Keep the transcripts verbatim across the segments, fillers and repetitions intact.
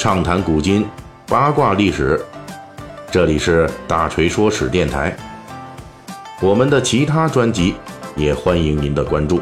畅谈古今，八卦历史。这里是大锤说史电台。我们的其他专辑也欢迎您的关注。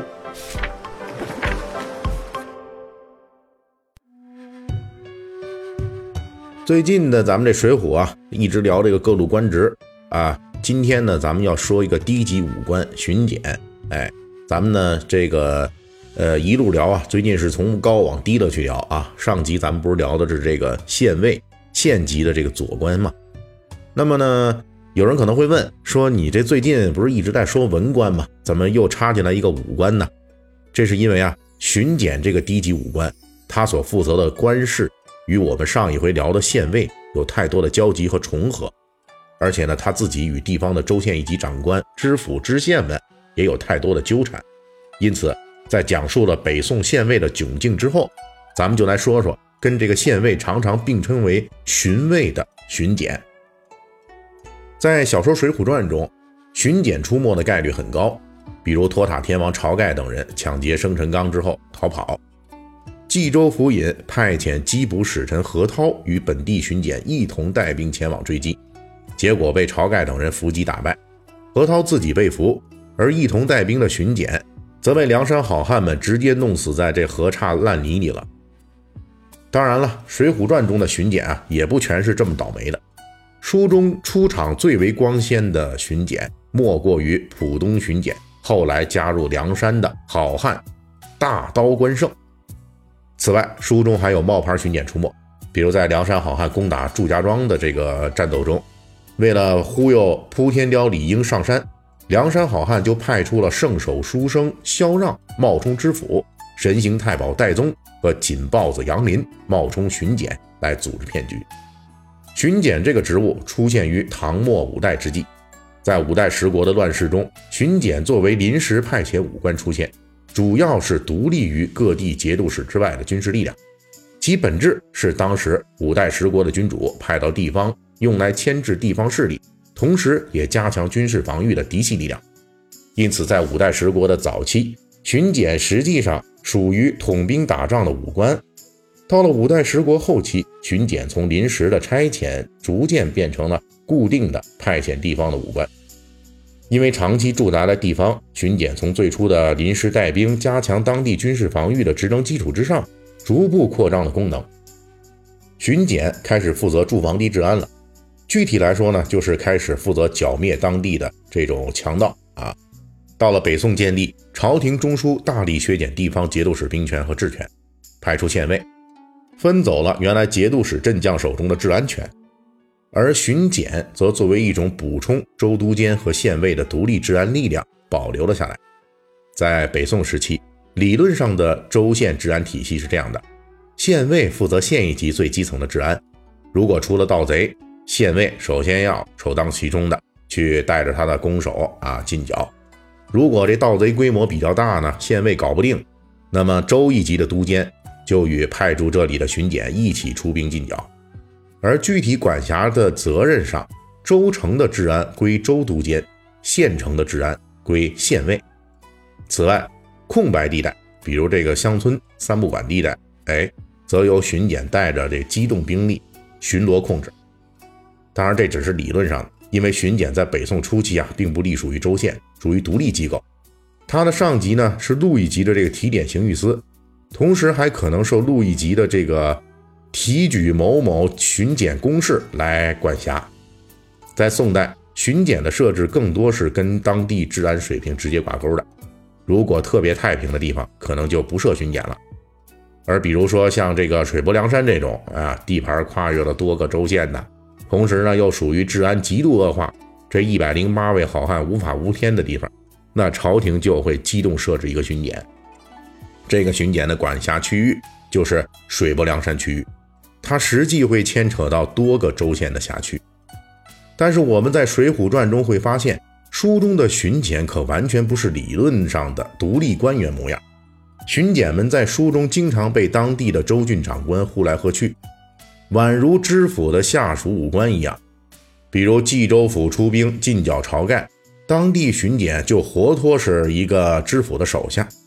最近呢，咱们这水浒啊，一直聊这个各路官职啊。今天呢，咱们要说一个低级武官巡检。哎，咱们呢这个呃一路聊啊，最近是从高往低了去聊啊。上集咱们不是聊的是这个县尉县级的这个左官嘛？那么呢，有人可能会问说，你这最近不是一直在说文官吗？怎么又插进来一个武官呢？这是因为啊，巡检这个低级武官，他所负责的官事与我们上一回聊的县尉有太多的交集和重合，而且呢，他自己与地方的州县一级长官、知府、知县们也有太多的纠缠。因此，在讲述了北宋县尉的窘境之后，咱们就来说说跟这个县尉常常并称为巡尉的巡检。在小说《水浒传》中，巡检出没的概率很高，比如托塔天王晁盖等人抢劫生辰纲之后逃跑，冀州府尹派遣缉捕使臣何涛与本地巡检一同带兵前往追击，结果被晁盖等人伏击打败，何涛自己被俘，而一同带兵的巡检则被梁山好汉们直接弄死在这河岔烂泥里了。当然了，《水浒传》中的巡检啊，也不全是这么倒霉的。书中出场最为光鲜的巡检，莫过于浦东巡检后来加入梁山的好汉大刀关胜。此外，书中还有冒牌巡检出没，比如在梁山好汉攻打祝家庄的这个战斗中，为了忽悠扑天雕李应上山，梁山好汉就派出了圣手书生萧让冒充知府，神行太保戴宗和锦豹子杨林冒充巡检来组织骗局。巡检这个职务出现于唐末五代之际，在五代十国的乱世中，巡检作为临时派遣武官出现，主要是独立于各地节度使之外的军事力量，其本质是当时五代十国的君主派到地方用来牵制地方势力，同时也加强军事防御的嫡系力量。因此在五代十国的早期，巡检实际上属于统兵打仗的武官。到了五代十国后期，巡检从临时的差遣逐渐变成了固定的派遣地方的武官。因为长期驻扎在地方，巡检从最初的临时带兵加强当地军事防御的职能基础之上，逐步扩张了功能。巡检开始负责驻防地治安了，具体来说呢，就是开始负责剿灭当地的这种强盗啊。到了北宋建立，朝廷中枢大力削减地方节度使兵权和治权，派出县尉，分走了原来节度使镇将手中的治安权，而巡检则作为一种补充州督监和县尉的独立治安力量保留了下来。在北宋时期，理论上的州县治安体系是这样的：县尉负责县一级最基层的治安，如果出了盗贼，县尉首先要首当其冲的去带着他的弓手啊进剿。如果这盗贼规模比较大呢，县尉搞不定，那么州一级的督监就与派驻这里的巡检一起出兵进剿。而具体管辖的责任上，州城的治安归州督监，县城的治安归县尉。此外，空白地带，比如这个乡村三不管地带，哎，则由巡检带着这机动兵力巡逻控制。当然这只是理论上的，因为巡检在北宋初期啊，并不隶属于州县，属于独立机构。它的上级呢是路一级的这个提点刑狱司，同时还可能受路一级的这个提举某某巡检公事来管辖。在宋代，巡检的设置更多是跟当地治安水平直接挂钩的，如果特别太平的地方，可能就不设巡检了。而比如说像这个水泊梁山这种啊，地盘跨越了多个州县的，同时呢又属于治安极度恶化，这一百零八位好汉无法无天的地方，那朝廷就会机动设置一个巡检。这个巡检的管辖区域就是水泊梁山区域，它实际会牵扯到多个州县的辖区。但是我们在《水浒传》中会发现，书中的巡检可完全不是理论上的独立官员模样。巡检们在书中经常被当地的州郡长官呼来喝去，宛如知府的下属武官一样。比如冀州府出兵进剿晁盖，当地巡检就活脱是一个知府的手下。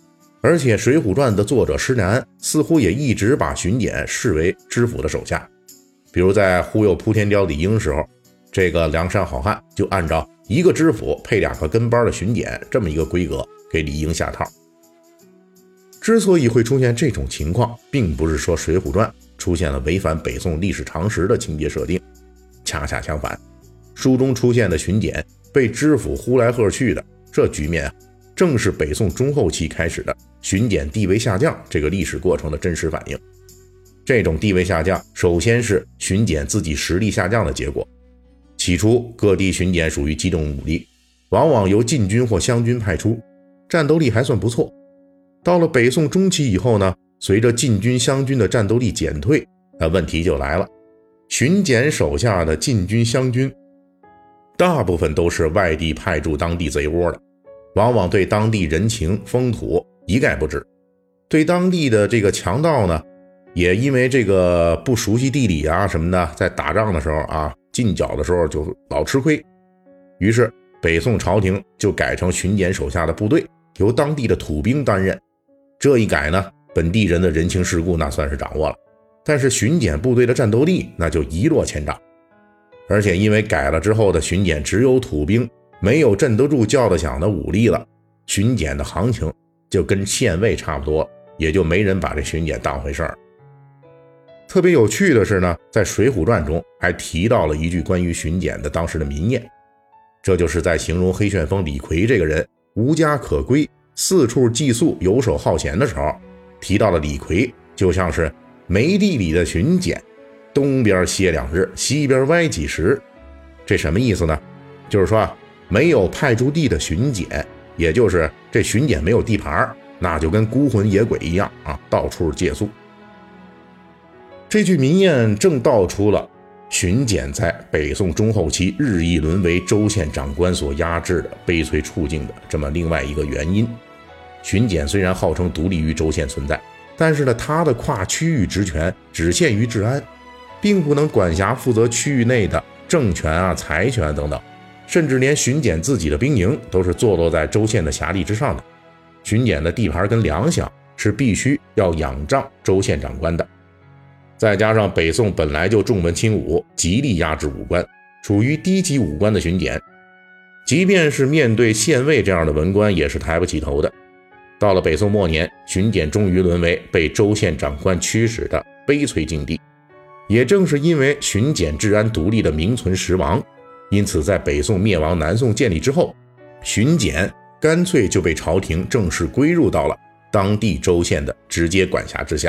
而且《水浒传》的作者施耐庵似乎也一直把巡检视为知府的手下，比如在忽悠扑天雕李应时候，这个梁山好汉就按照一个知府配两个跟班的巡检这么一个规格给李应下套。之所以会出现这种情况，并不是说《水浒传》出现了违反北宋历史常识的情节设定，恰恰相反，书中出现的巡检被知府呼来喝去的这局面啊，正是北宋中后期开始的巡检地位下降这个历史过程的真实反应。这种地位下降，首先是巡检自己实力下降的结果。起初各地巡检属于机动武力，往往由禁军或湘军派出，战斗力还算不错。到了北宋中期以后呢，随着禁军湘军的战斗力减退，那问题就来了。巡检手下的禁军湘军大部分都是外地派驻当地贼窝的，往往对当地人情风土一概不知，对当地的这个强盗呢，也因为这个不熟悉地理啊什么的，在打仗的时候啊，进剿的时候就老吃亏。于是北宋朝廷就改成巡检手下的部队由当地的土兵担任。这一改呢，本地人的人情世故那算是掌握了，但是巡检部队的战斗力那就一落千丈。而且因为改了之后的巡检只有土兵，没有镇得住叫得响的武力了，巡检的行情就跟县尉差不多，也就没人把这巡检当回事儿。特别有趣的是呢，在《水浒传》中还提到了一句关于巡检的当时的民谚，这就是在形容黑旋风李逵这个人无家可归，四处寄宿，游手好闲的时候，提到了李逵就像是煤地里的巡检，东边歇两日，西边歪几时。这什么意思呢？就是说啊，没有派驻地的巡检，也就是这巡检没有地盘，那就跟孤魂野鬼一样啊，到处借宿。这句民谚正道出了巡检在北宋中后期日益沦为州县长官所压制的悲催处境的这么另外一个原因。巡检虽然号称独立于州县存在，但是呢，它的跨区域职权只限于治安，并不能管辖负责区域内的政权啊、财权等等，甚至连巡检自己的兵营都是坐落在州县的辖力之上的。巡检的地盘跟粮饷是必须要仰仗州县长官的。再加上北宋本来就重文轻武，极力压制武官，处于低级武官的巡检，即便是面对县尉这样的文官也是抬不起头的。到了北宋末年，巡检终于沦为被州县长官驱使的悲催境地。也正是因为巡检治安独立的名存实亡，因此在北宋灭亡、南宋建立之后，巡检干脆就被朝廷正式归入到了当地州县的直接管辖之下。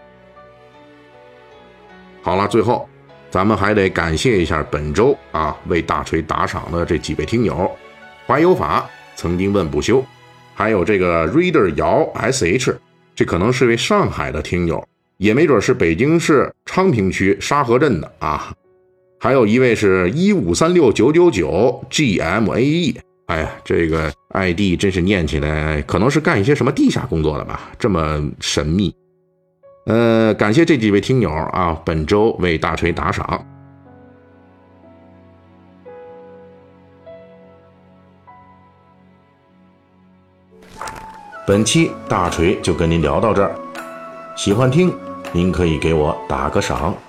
好了，最后咱们还得感谢一下本周啊为大锤打赏的这几位听友：怀有法、曾经问不休，还有这个 Reader 姚 S H， 这可能是位上海的听友，也没准是北京市昌平区沙河镇的啊。还有一位是一五三六九九九 G M A E， 哎呀，这个 I D 真是念起来可能是干一些什么地下工作的吧，这么神秘。呃，感谢这几位听友啊，本周为大锤打赏。本期大锤就跟您聊到这儿，喜欢听您可以给我打个赏。